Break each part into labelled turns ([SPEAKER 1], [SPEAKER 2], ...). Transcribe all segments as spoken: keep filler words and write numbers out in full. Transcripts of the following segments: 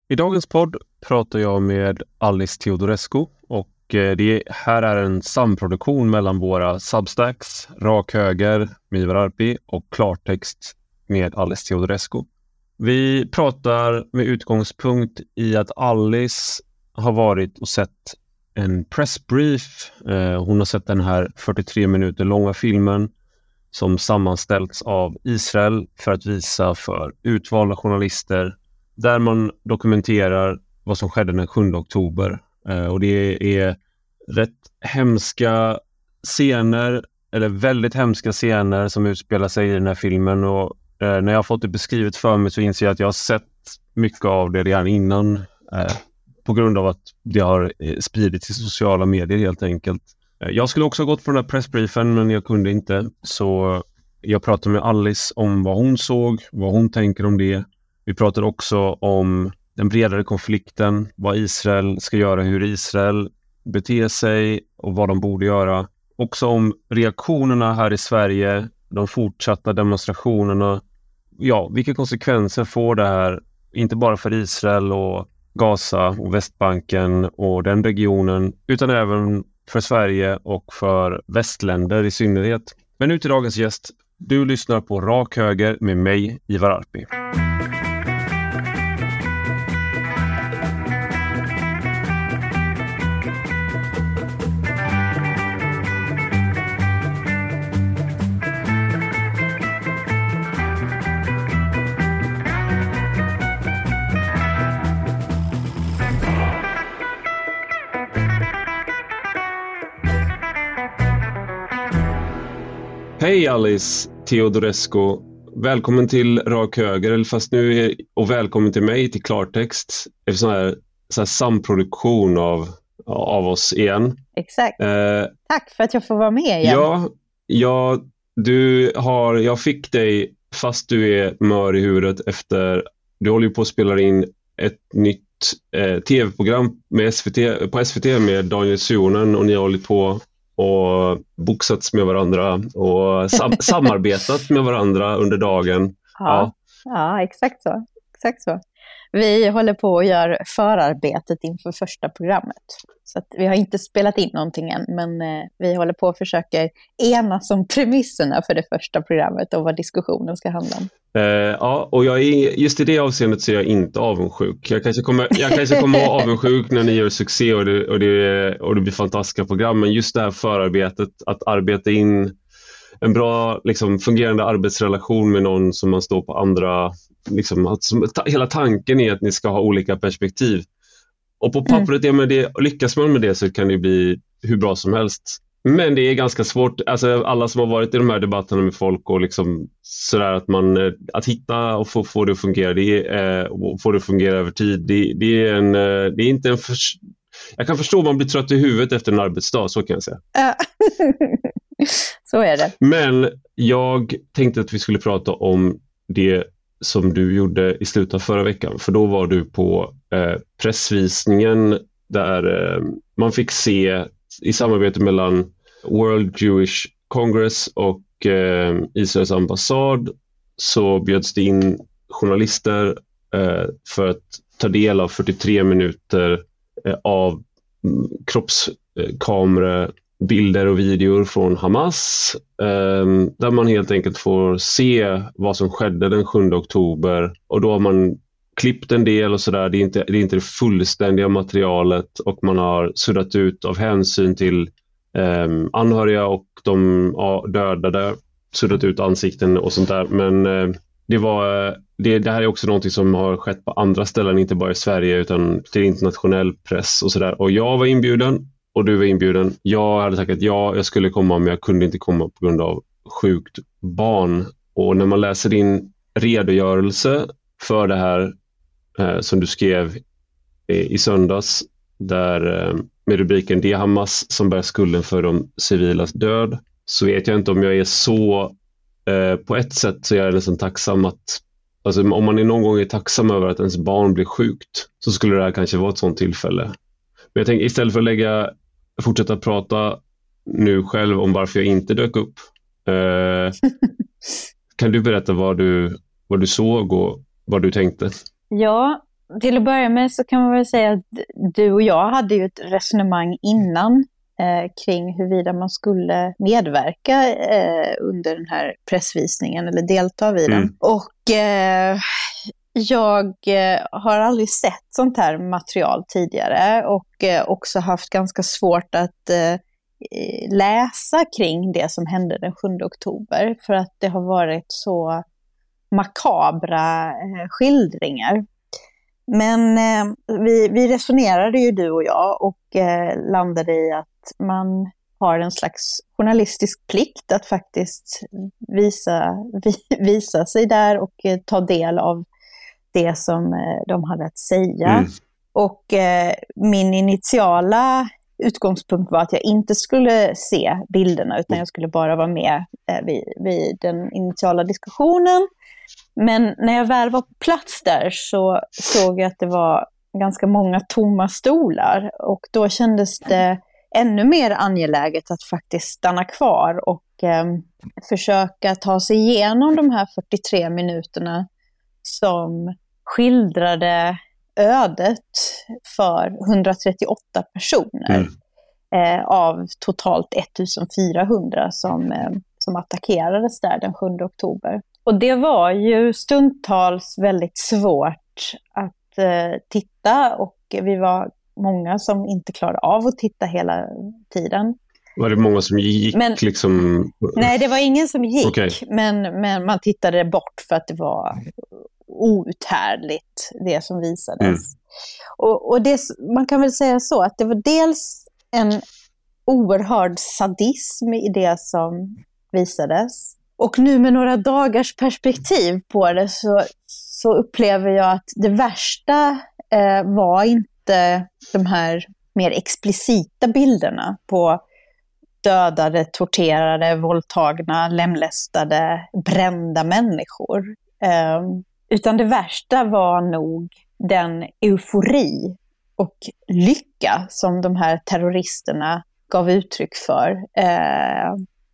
[SPEAKER 1] I dagens podd pratar jag med Alice Teodorescu och det här är en samproduktion mellan våra Substacks, Rak Höger med Ivar Arpi och Klartext med Alice Teodorescu. Vi pratar med utgångspunkt i att Alice har varit och sett en pressbrief. Hon har sett den här fyrtiotre minuter långa filmen som sammanställts av Israel för att visa för utvalda journalister, där man dokumenterar vad som skedde den sjunde oktober. Eh, och det är rätt hemska scener, eller väldigt hemska scener som utspelar sig i den här filmen. Och eh, när jag har fått det beskrivet för mig så inser jag att jag har sett mycket av det redan innan. Eh, på grund av att det har eh, spridits i sociala medier helt enkelt. Eh, jag skulle också ha gått på den här pressbriefen, men jag kunde inte. Så jag pratade med Alice om vad hon såg, vad hon tänker om det. Vi pratar också om den bredare konflikten, vad Israel ska göra, hur Israel beter sig och vad de borde göra. Också om reaktionerna här i Sverige, de fortsatta demonstrationerna. Ja, vilka konsekvenser får det här, inte bara för Israel och Gaza och Västbanken och den regionen, utan även för Sverige och för västländer i synnerhet. Men nu till dagens gäst. Du lyssnar på Rak Höger med mig, Ivar Arpi. Hej Alice Teodorescu, välkommen till Rak Höger, eller fast nu är, och välkommen till mig, till Klartext, en sån här, sån här samproduktion av, av oss igen.
[SPEAKER 2] Exakt, eh, tack för att jag får vara med igen.
[SPEAKER 1] Ja, ja du har, jag fick dig fast du är mör i huvudet efter, du håller ju på att spela in ett nytt eh, tv-program med S V T, på S V T med Daniel Suhonen, och ni har hållit på och boxats med varandra och sam- samarbetat med varandra under dagen.
[SPEAKER 2] Ja, ja. ja exakt så. Exakt så. Vi håller på och gör förarbetet inför första programmet. Så att vi har inte spelat in någonting än, men eh, vi håller på och försöker enas om premisserna för det första programmet och vad diskussionen ska handla om.
[SPEAKER 1] Eh, ja, och jag är, just i det avseendet så är jag inte avundsjuk. Jag kanske kommer, jag kanske kommer vara avundsjuk när ni gör succé och det, och, det, och det blir fantastiska program, men just det här förarbetet, att arbeta in en bra liksom, fungerande arbetsrelation med någon som man står på andra, liksom, att, som, ta, hela tanken är att ni ska ha olika perspektiv. Och på pappret, mm. ja, men det, lyckas man med det så kan det bli hur bra som helst. Men det är ganska svårt, alltså alla som har varit i de här debatterna med folk och liksom sådär att man, att hitta och få, få det att fungera, det är, eh, få det att fungera över tid, det, det är en, det är inte en, för, jag kan förstå om man blir trött i huvudet efter en arbetsdag, så kan jag säga.
[SPEAKER 2] Så är det.
[SPEAKER 1] Men jag tänkte att vi skulle prata om det som du gjorde i slutet av förra veckan, för då var du på eh, pressvisningen där eh, man fick se i samarbete mellan World Jewish Congress och eh, Israels ambassad, så bjöds det in journalister eh, för att ta del av fyrtiotre minuter eh, av mm, kroppskamerabilder och videor från Hamas, eh, där man helt enkelt får se vad som skedde den sjunde oktober, och då har man klippt en del och sådär. Det är inte, det är inte det fullständiga materialet, och man har suddat ut av hänsyn till eh, anhöriga och de ja, dödade, suddat ut ansikten och sånt där. Men eh, det, var, det, det här är också någonting som har skett på andra ställen, inte bara i Sverige utan till internationell press och sådär. Och jag var inbjuden och du var inbjuden. Jag hade sagt att ja, jag skulle komma, men jag kunde inte komma på grund av sjukt barn. Och när man läser din redogörelse för det här eh, som du skrev eh, i söndags, där eh, med rubriken "Det är Hamas som bär skulden för de civilas död", så vet jag inte om jag är så eh, på ett sätt så jag är nästan tacksam att, alltså om man är någon gång är tacksam över att ens barn blir sjukt, så skulle det här kanske vara ett sånt tillfälle. Men jag tänker istället för att lägga, fortsätta prata nu själv om varför jag inte dök upp, eh, kan du berätta vad du, vad du såg och vad du tänkte?
[SPEAKER 2] Ja, till att börja med så kan man väl säga att du och jag hade ju ett resonemang innan eh, kring huruvida man skulle medverka eh, under den här pressvisningen eller delta vid den. Mm. Och eh, jag eh, har aldrig sett sånt här material tidigare och eh, också haft ganska svårt att eh, läsa kring det som hände den sjunde oktober för att det har varit så makabra eh, skildringar. Men eh, vi, vi resonerade ju du och jag och eh, landade i att man har en slags journalistisk plikt att faktiskt visa, visa sig där och eh, ta del av det som eh, de hade att säga. Mm. Och eh, min initiala utgångspunkt var att jag inte skulle se bilderna utan jag skulle bara vara med eh, vid, vid den initiala diskussionen. Men när jag väl var på plats där så såg jag att det var ganska många tomma stolar och då kändes det ännu mer angeläget att faktiskt stanna kvar och eh, försöka ta sig igenom de här fyrtiotre minuterna som skildrade ödet för hundratrettioåtta personer mm. eh, av totalt ettusenfyrahundra som, eh, som attackerades där den sjunde oktober. Och det var ju stundtals väldigt svårt att eh, titta och vi var många som inte klarade av att titta hela tiden.
[SPEAKER 1] Var det många som gick? Men, liksom?
[SPEAKER 2] Nej, det var ingen som gick,
[SPEAKER 1] okay.
[SPEAKER 2] men, men man tittade bort för att det var outhärdligt det som visades. Mm. Och, och det, man kan väl säga så att det var dels en oerhörd sadism i det som visades. Och nu med några dagars perspektiv på det så, så upplever jag att det värsta eh, var inte de här mer explicita bilderna på dödade, torterade, våldtagna, lemlästade, brända människor. Eh, utan det värsta var nog den eufori och lycka som de här terroristerna gav uttryck för. Eh,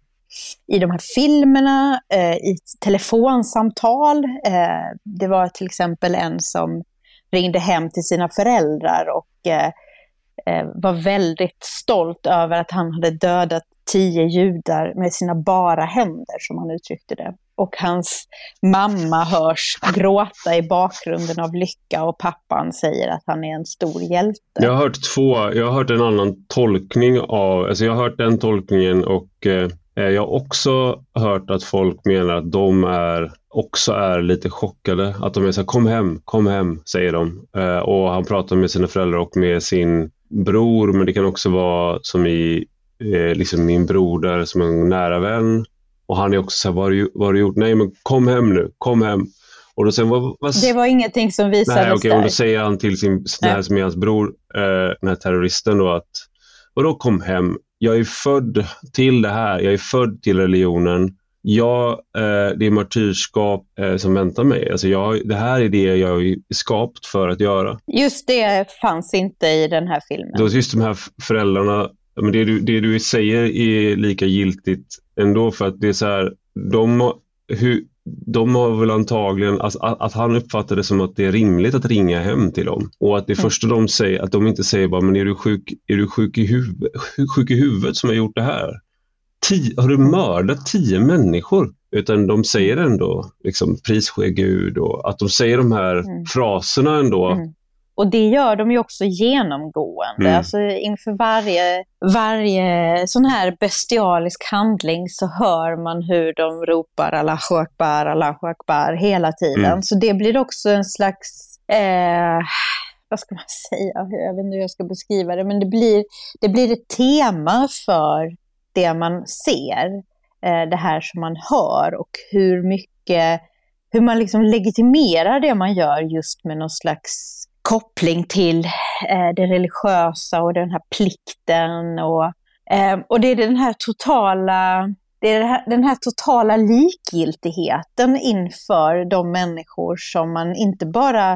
[SPEAKER 2] I de här filmerna, eh, i telefonsamtal. Eh, det var till exempel en som ringde hem till sina föräldrar och eh, eh, var väldigt stolt över att han hade dödat tio judar med sina bara händer, som han uttryckte det. Och hans mamma hörs gråta i bakgrunden av lycka och pappan säger att han är en stor hjälte.
[SPEAKER 1] Jag har hört två, jag har hört en annan tolkning av, alltså jag har hört den tolkningen och eh... jag har också hört att folk menar att de är, också är lite chockade. Att de är så här, kom hem, kom hem, säger de. Eh, och han pratar med sina föräldrar och med sin bror. Men det kan också vara som i eh, liksom min broder som en nära vän. Och han är också så här, vad har du, vad har du gjort? Nej, men kom hem nu, kom hem. Och då säger, vad, vad...
[SPEAKER 2] Det var ingenting som visades.
[SPEAKER 1] Nej, okej, okay, och då säger han till sin, den här som är hans bror, eh, den här terroristen då att, och då kom hem. Jag är född till det här. Jag är född till religionen. Jag, eh, det är martyrskap eh, som väntar mig. Alltså jag, det här är det jag är skapt för att göra.
[SPEAKER 2] Just det fanns inte i den här filmen.
[SPEAKER 1] Då just de här föräldrarna, men det du, det du säger är lika giltigt ändå för att det är så här, de, hur, de har väl antagligen, alltså, att, att han uppfattar det som att det är rimligt att ringa hem till dem. Och att det mm. första de säger, att de inte säger bara, men är du sjuk, är du sjuk, i, huvud, sjuk i huvudet som har gjort det här? Tio, har du mördat tio människor? Utan de säger ändå, liksom, pris ske Gud, och att de säger de här mm. fraserna ändå.
[SPEAKER 2] Mm. Och det gör de ju också genomgående. Mm. Alltså inför varje, varje sån här bestialisk handling så hör man hur de ropar Allahu Akbar, Allahu Akbar hela tiden. Mm. Så det blir också en slags, eh, vad ska man säga, jag vet inte hur jag ska beskriva det, men det blir, det blir ett tema för det man ser, eh, det här som man hör och hur mycket, hur man liksom legitimerar det man gör just med någon slags koppling till eh, det religiösa och den här plikten och, eh, och det är den här totala det är det här, den här totala likgiltigheten inför de människor som man inte bara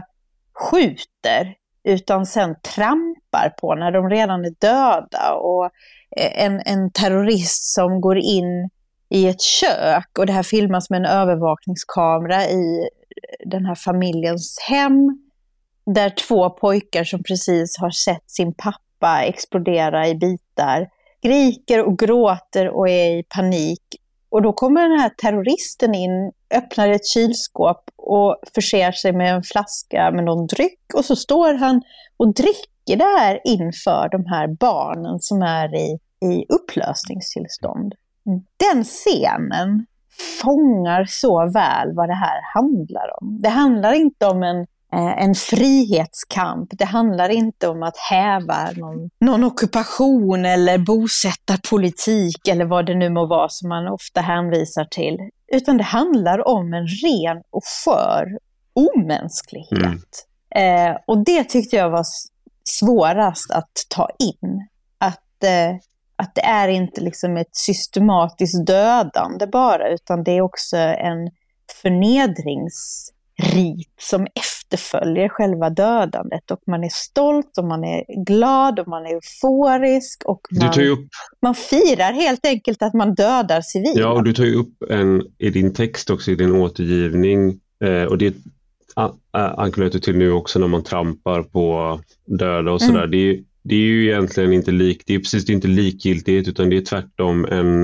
[SPEAKER 2] skjuter utan sen trampar på när de redan är döda, och eh, en, en terrorist som går in i ett kök och det här filmas med en övervakningskamera i den här familjens hem. där två pojkar som precis har sett sin pappa explodera i bitar skriker och gråter och är i panik. Och då kommer den här terroristen in, öppnar ett kylskåp och förser sig med en flaska med någon dryck. Och så står han och dricker där inför de här barnen som är i, i upplösningstillstånd. Den scenen fångar så väl vad det här handlar om. Det handlar inte om en en frihetskamp. Det handlar inte om att häva någon, någon ockupation eller bosättarpolitik eller vad det nu må vara som man ofta hänvisar till. Utan det handlar om en ren och skör omänsklighet. Mm. Eh, och det tyckte jag var svårast att ta in. Att, eh, att det är inte liksom ett systematiskt dödande bara, utan det är också en förnedrings rit som efterföljer själva dödandet, och man är stolt och man är glad och man är euforisk och man,
[SPEAKER 1] du tar upp...
[SPEAKER 2] man firar helt enkelt att man dödar civila.
[SPEAKER 1] Ja, och du tar ju upp en, i din text också, i din återgivning, eh, och det anknyter till nu också när man trampar på döda och sådär. Mm. Det, är, det är ju egentligen inte lik, det är precis det är inte likgiltighet, utan det är tvärtom en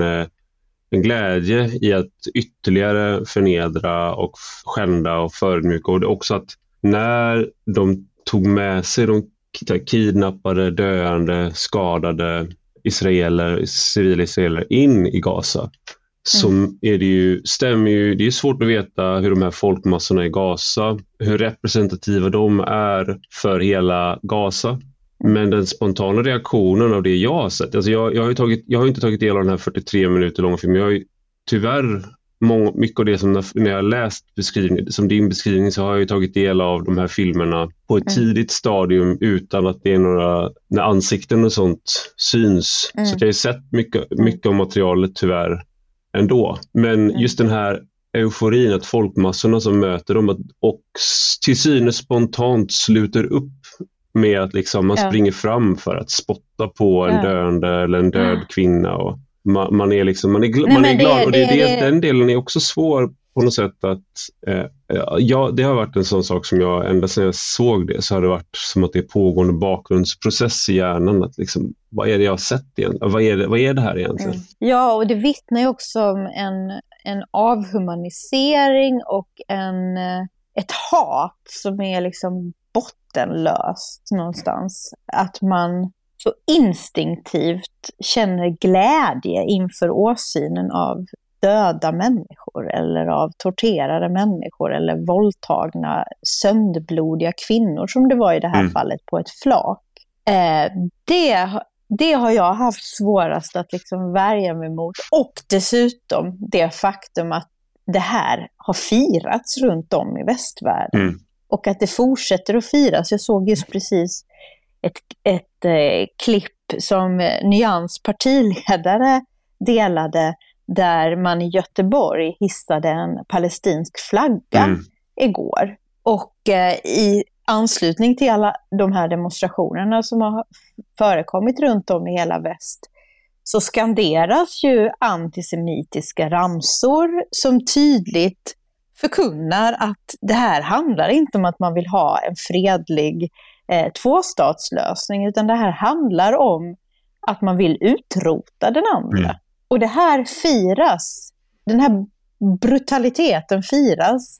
[SPEAKER 1] en glädje i att ytterligare förnedra och skända och förödmjuka. Och det också att när de tog med sig de kidnappade, döende, skadade israeler, civila israeler in i Gaza, mm. så är det ju, stämmer ju, det är svårt att veta hur de här folkmassorna i Gaza, hur representativa de är för hela Gaza. Men den spontana reaktionen av det jag har sett, alltså jag, jag har ju tagit, jag har inte tagit del av den här fyrtiotre minuter långa filmen. Jag har ju tyvärr många, mycket av det som när, när jag har läst beskrivning, som din beskrivning, så har jag ju tagit del av de här filmerna på ett mm. tidigt stadium utan att det är några, när ansikten och sånt syns. Mm. Så jag har ju sett mycket, mycket av materialet tyvärr ändå. Men mm. just den här euforin, att folkmassorna som möter dem och till synes spontant sluter upp med att liksom man ja. springer fram för att spotta på en ja. döende eller en död ja. kvinna. Och man, man är liksom, man är, gl- Nej, man är glad. Det, och det, det, det, den delen är också svår på något sätt att... Eh, ja, det har varit en sån sak som jag, ända sedan jag såg det, så har det varit som att det är pågående bakgrundsprocess i hjärnan. Att liksom, vad är det jag har sett igen? Vad är det, vad är det här egentligen? Mm.
[SPEAKER 2] Ja, och det vittnar ju också om en, en avhumanisering och en, ett hat som är liksom bottenlöst någonstans. Att man så instinktivt känner glädje inför åsynen av döda människor eller av torterade människor eller våldtagna sönderblodiga kvinnor, som det var i det här mm. fallet på ett flak. Eh, det, det har jag haft svårast att liksom värja mig mot, och dessutom det faktum att det här har firats runt om i västvärlden. Mm. Och att det fortsätter att firas. Jag såg just precis ett, ett eh, klipp som Nyans partiledare delade, där man i Göteborg hissade en palestinsk flagga mm. igår. Och eh, i anslutning till alla de här demonstrationerna som har förekommit runt om i hela väst, så skanderas ju antisemitiska ramsor som tydligt förkunnar att det här handlar inte om att man vill ha en fredlig eh, tvåstatslösning, utan det här handlar om att man vill utrota den andra. Mm. Och det här firas, den här brutaliteten firas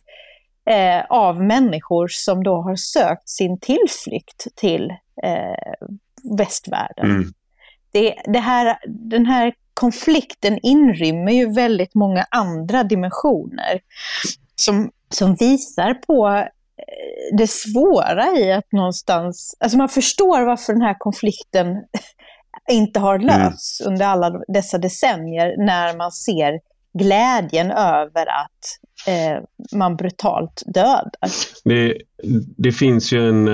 [SPEAKER 2] eh, av människor som då har sökt sin tillflykt till eh, västvärlden. Mm. Det, det här, den här konflikten inrymmer ju väldigt många andra dimensioner som, som visar på det svåra i att någonstans, alltså man förstår varför den här konflikten inte har lösts mm. under alla dessa decennier, när man ser glädjen över att eh, man brutalt dödar.
[SPEAKER 1] Det, det finns ju en,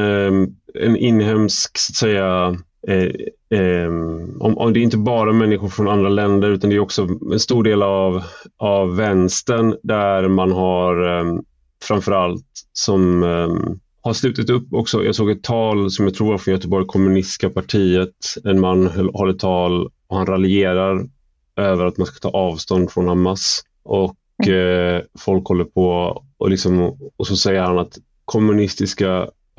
[SPEAKER 1] en inhemsk, så att säga, eh, eh, om, om det är inte bara människor från andra länder, utan det är också en stor del av, av vänstern, där man har eh, framförallt som eh, har slutit upp också. Jag såg ett tal som jag tror var från Göteborg kommunistiska partiet. En man håller tal och han raljerar över att man ska ta avstånd från Hamas. Och mm. eh, folk håller på och, liksom, och så säger han att kommunistiska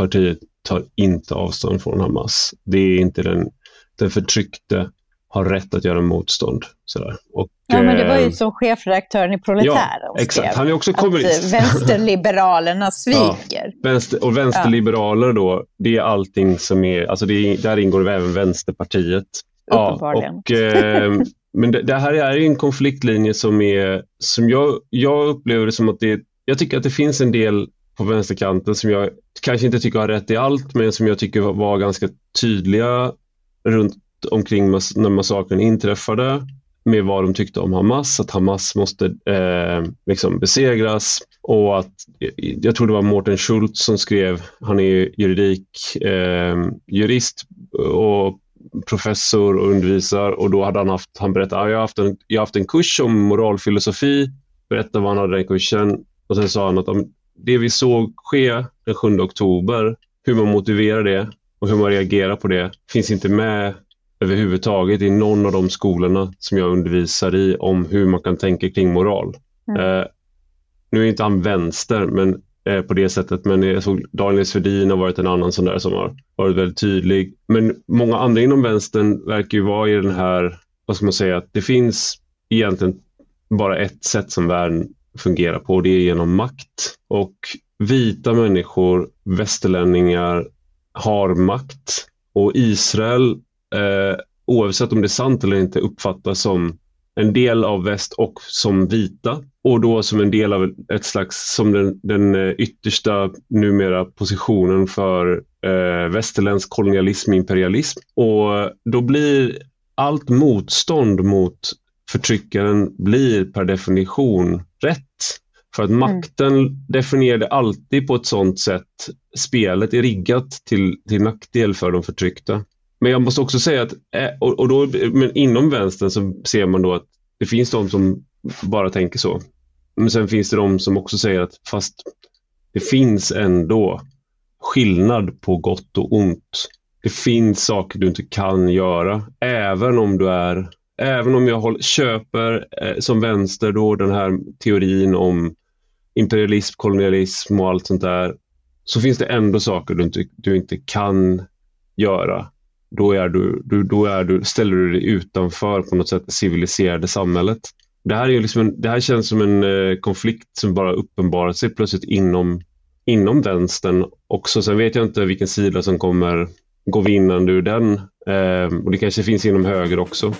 [SPEAKER 1] partiet tar inte avstånd från Hamas. Det är inte den, den förtryckte har rätt att göra motstånd. Sådär. Och,
[SPEAKER 2] ja, men det var ju som chefredaktören i Proletär.
[SPEAKER 1] Ja, exakt. Han är också kommunist.
[SPEAKER 2] Att vänsterliberalerna sviker.
[SPEAKER 1] Ja, vänster, och vänsterliberaler då, det är allting som är, alltså det är, där ingår även Vänsterpartiet.
[SPEAKER 2] Uppenbarligen.
[SPEAKER 1] Ja, och, eh, men det, det här är en konfliktlinje som är, som jag, jag upplever det som att det, jag tycker att det finns en del på vänsterkanten som jag kanske inte tycker har rätt i allt, men som jag tycker var, var ganska tydliga runt omkring mas- när massakern inträffade med vad de tyckte om Hamas, att Hamas måste eh, liksom besegras, och att jag tror det var Mårten Schultz som skrev, han är juridik eh, jurist och professor och undervisar, och då hade han haft, han berättade, jag har haft en, jag har haft en kurs om moralfilosofi, berättade vad han hade den kursen, och sen sa han att om det vi såg ske den sjunde oktober, hur man motiverar det och hur man reagerar på det, finns inte med överhuvudtaget i någon av de skolorna som jag undervisar i om hur man kan tänka kring moral. Mm. Eh, nu är inte han vänster men eh, på det sättet, men jag såg Daniel Svedin har varit en annan sån där som har varit väldigt tydlig. Men många andra inom vänstern verkar ju vara i den här, vad ska man säga, att det finns egentligen bara ett sätt som världen fungerar på, och det är genom makt. Och vita människor, västerlänningar, har makt, och Israel Eh, oavsett om det är sant eller inte uppfattas som en del av väst och som vita, och då som en del av ett slags, som den, den yttersta numera positionen för eh, västerländsk kolonialism, imperialism, och då blir allt motstånd mot förtryckaren blir per definition rätt, för att makten mm. definierade alltid på ett sånt sätt, spelet är riggat till, till nackdel för de förtryckta. Men jag måste också säga att och, och då, men inom vänstern så ser man då att det finns de som bara tänker så. Men sen finns det de som också säger att fast det finns ändå skillnad på gott och ont. Det finns saker du inte kan göra. Även om du är, även om jag håller, köper eh, som vänster då den här teorin om imperialism, kolonialism och allt sånt där, så finns det ändå saker du inte, du inte kan göra. Då, är du, du, då är du, ställer du dig utanför på något sätt det civiliserade samhället. Det här, är ju liksom en, det här känns som en eh, konflikt som bara uppenbarar sig plötsligt inom, inom vänstern också. Sen vet jag inte vilken sida som kommer gå vinnande ur den. Eh, och det kanske finns inom höger också.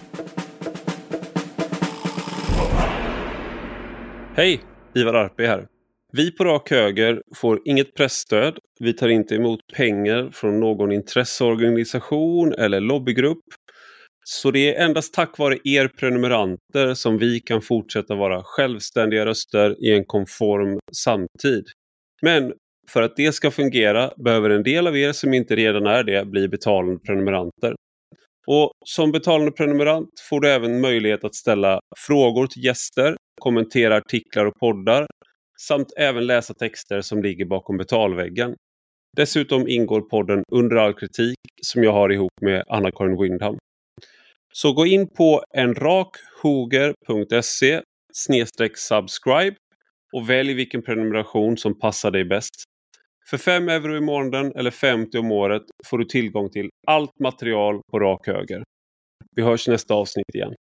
[SPEAKER 3] Hej, Ivar Arpi här. Vi på Rak Höger får inget pressstöd. Vi tar inte emot pengar från någon intresseorganisation eller lobbygrupp. Så det är endast tack vare er prenumeranter som vi kan fortsätta vara självständiga röster i en konform samtid. Men för att det ska fungera behöver en del av er som inte redan är det bli betalande prenumeranter. Och som betalande prenumerant får du även möjlighet att ställa frågor till gäster, kommentera artiklar och poddar, samt även läsa texter som ligger bakom betalväggen. Dessutom ingår podden Under all kritik som jag har ihop med Anna-Karin Windham. Så gå in på enrakhoger punkt se snedstreck subscribe och välj vilken prenumeration som passar dig bäst. För fem euro i månaden eller femtio om året får du tillgång till allt material på Rak Höger. Vi hörs nästa avsnitt igen.